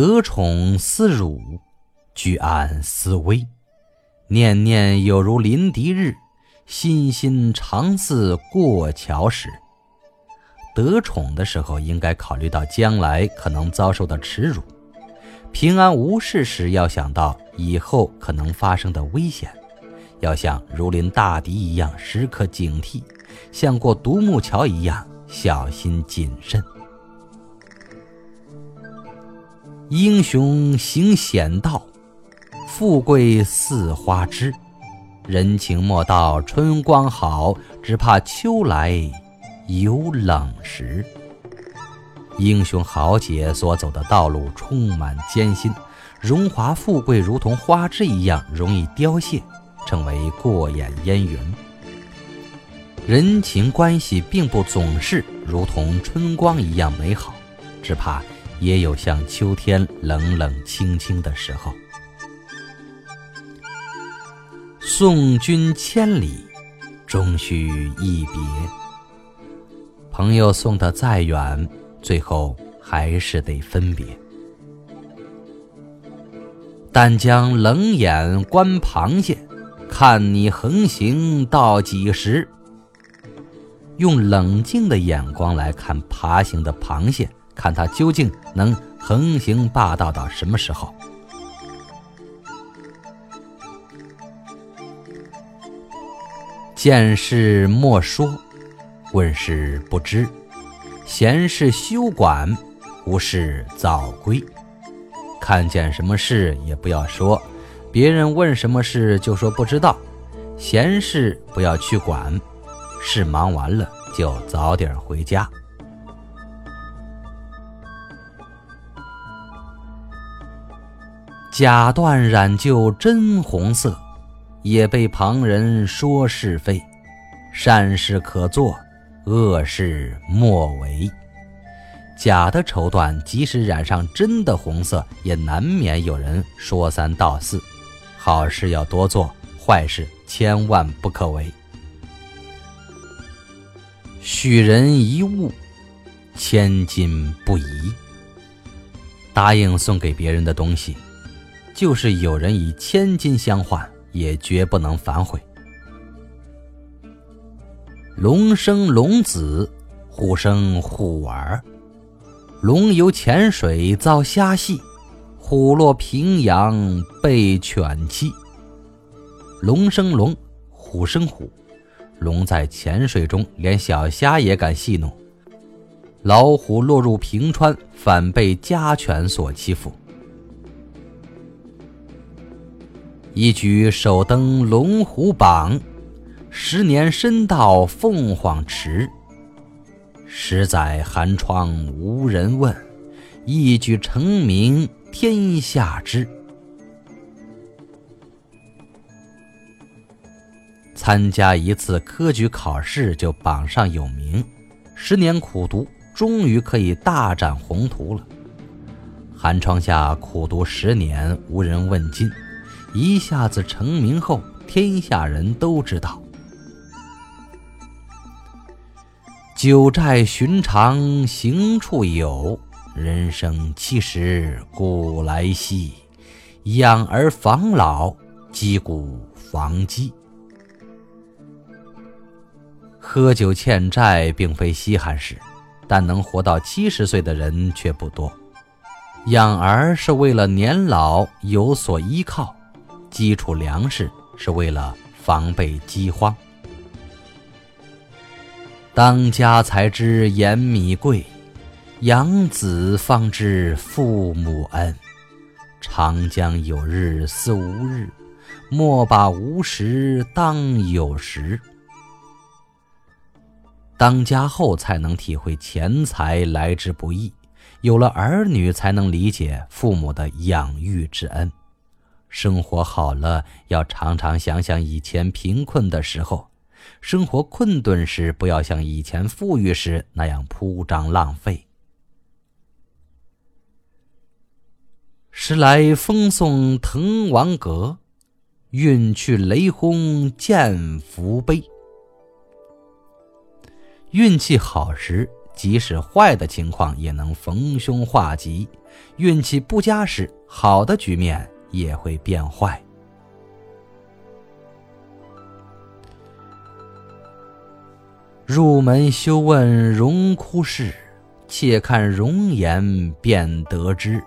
得宠思辱，居安思危，念念有如临敌日，心心常似过桥时。得宠的时候应该考虑到将来可能遭受的耻辱，平安无事时要想到以后可能发生的危险，要像如临大敌一样时刻警惕，像过独木桥一样小心谨慎。英雄行险道，富贵似花枝，人情莫道春光好，只怕秋来有冷时。英雄豪杰所走的道路充满艰辛，荣华富贵如同花枝一样容易凋谢，成为过眼烟云。人情关系并不总是如同春光一样美好，只怕也有像秋天冷冷清清的时候。送君千里，终须一别。朋友送得再远，最后还是得分别。但将冷眼观螃蟹，看你横行到几时。用冷静的眼光来看爬行的螃蟹，看它究竟能横行霸道到什么时候。见事莫说，问事不知，闲事休管，无事早归。看见什么事也不要说，别人问什么事就说不知道，闲事不要去管，事忙完了就早点回家。假断染就真红色，也被旁人说是非。善事可做，恶事莫为。假的绸缎即使染上真的红色，也难免有人说三道四。好事要多做，坏事千万不可为。许人一物，千金不移。答应送给别人的东西，就是有人以千金相换，也绝不能反悔。龙生龙子，虎生虎儿。龙游浅水遭虾戏，虎落平阳被犬欺。龙生龙，虎生虎。龙在浅水中连小虾也敢戏弄，老虎落入平川，反被家犬所欺负。一举首登龙虎榜，10年深到凤凰池。10载寒窗无人问，一举成名天下知。参加一次科举考试就榜上有名，10年苦读终于可以大展宏图了。寒窗下苦读10年无人问津，一下子成名后，天下人都知道。九寨寻常行处有，人生70古来稀。养儿防老，击鼓防饥。喝酒欠债并非稀罕事，但能活到70岁的人却不多。养儿是为了年老有所依靠，基础粮食是为了防备饥荒。当家才知盐米贵，养子方知父母恩。长江有日思无日，莫把无时当有时。当家后才能体会钱财来之不易，有了儿女才能理解父母的养育之恩。生活好了，要常常想想以前贫困的时候，生活困顿时不要像以前富裕时那样铺张浪费。时来风送滕王阁，运去雷轰见福碑。运气好时即使坏的情况也能逢凶化吉，运气不佳时，好的局面也会变坏。入门休问荣枯事，且看容颜便得知。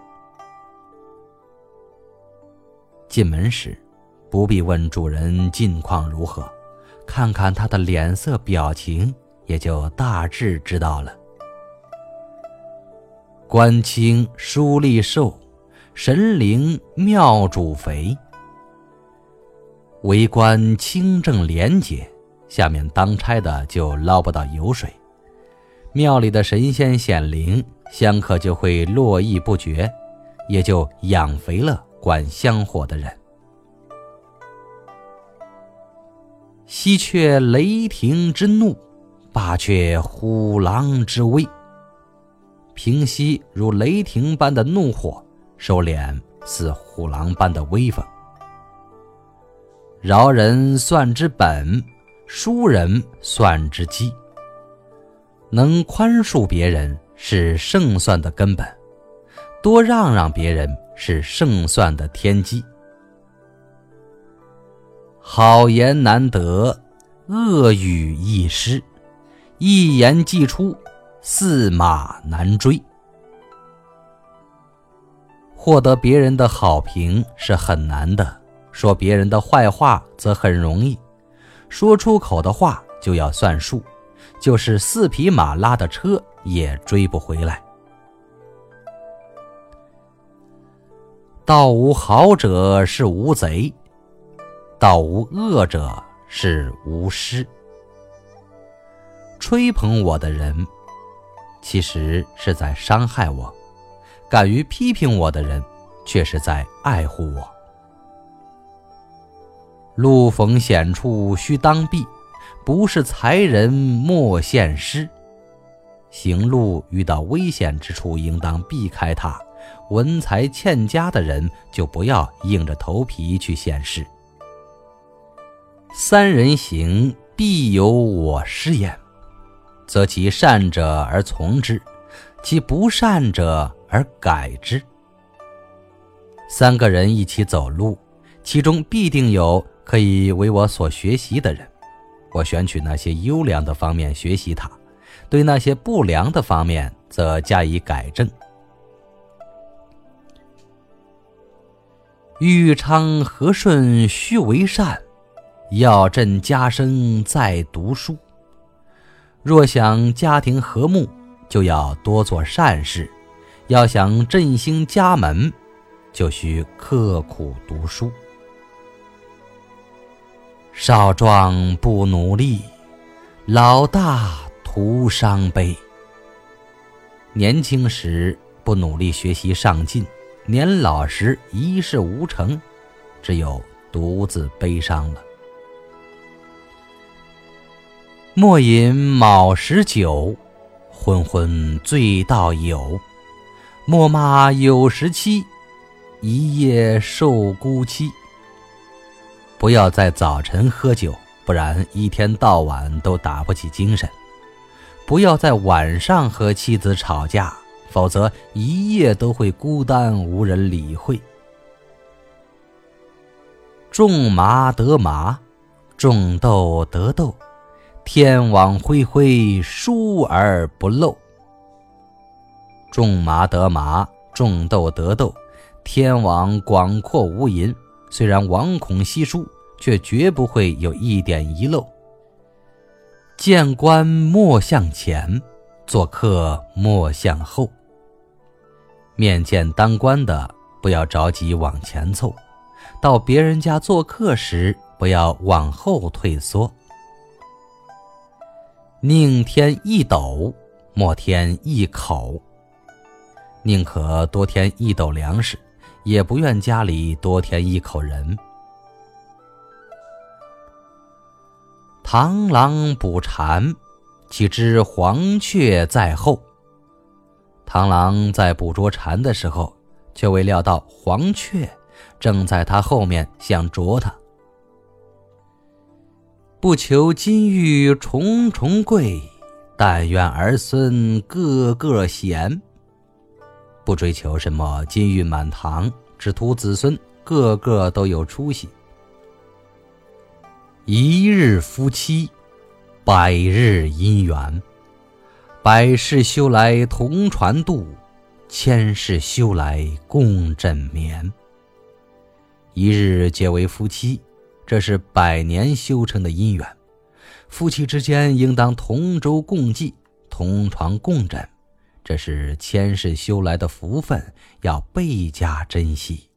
进门时，不必问主人近况如何，看看他的脸色表情，也就大致知道了。官清书吏瘦，神灵庙主肥。为官清正廉洁，下面当差的就捞不到油水，庙里的神仙显灵，香客就会络绎不绝，也就养肥了管香火的人。西却雷霆之怒，罢却虎狼之威。平息如雷霆般的怒火，收敛似虎狼般的威风。饶人算之本，疏人算之基。能宽恕别人是胜算的根本，多让让别人是胜算的天机。好言难得，恶语易失，一言既出，驷马难追。获得别人的好评是很难的，说别人的坏话则很容易。说出口的话就要算数，就是4匹马拉的车也追不回来。道无好者是无贼，道无恶者是无师。吹捧我的人，其实是在伤害我；敢于批评我的人，却是在爱护我。路逢险处须当避，不是才人莫献诗。行路遇到危险之处，应当避开它。文才欠佳的人，就不要硬着头皮去献诗。三人行，必有我师焉，则其善者而从之，其不善者而改之。3个人一起走路，其中必定有可以为我所学习的人，我选取那些优良的方面学习他，对那些不良的方面则加以改正。豫昌和顺须为善，要振家声在读书。若想家庭和睦，就要多做善事；要想振兴家门，就需刻苦读书。少壮不努力，老大徒伤悲。年轻时不努力学习上进，年老时一事无成，只有独自悲伤了。莫饮卯时酒，昏昏醉到有。莫骂有时妻，一夜受孤妻。不要在早晨喝酒，不然一天到晚都打不起精神。不要在晚上和妻子吵架，否则一夜都会孤单无人理会。种麻得麻，种豆得豆，天网恢恢，疏而不漏。种麻得麻，种豆得豆，天网广阔无垠，虽然网孔稀疏，却绝不会有一点遗漏。见官莫向前，做客莫向后。面见当官的，不要着急往前凑；到别人家做客时，不要往后退缩。宁添一斗，莫添一口。宁可多添一斗粮食，也不愿家里多添一口人。螳螂捕蝉，岂知黄雀在后。螳螂在捕捉蝉的时候，却未料到黄雀正在它后面想啄它。不求金玉重重贵， 但愿儿孙个个贤。不追求什么金玉满堂，只图子孙个个都有出息。一日夫妻，百日姻缘。百事休来同船渡，千事休来共枕眠。一日结为夫妻，这是百年修成的姻缘。夫妻之间应当同舟共济，同床共枕，这是千世修来的福分，要倍加珍惜。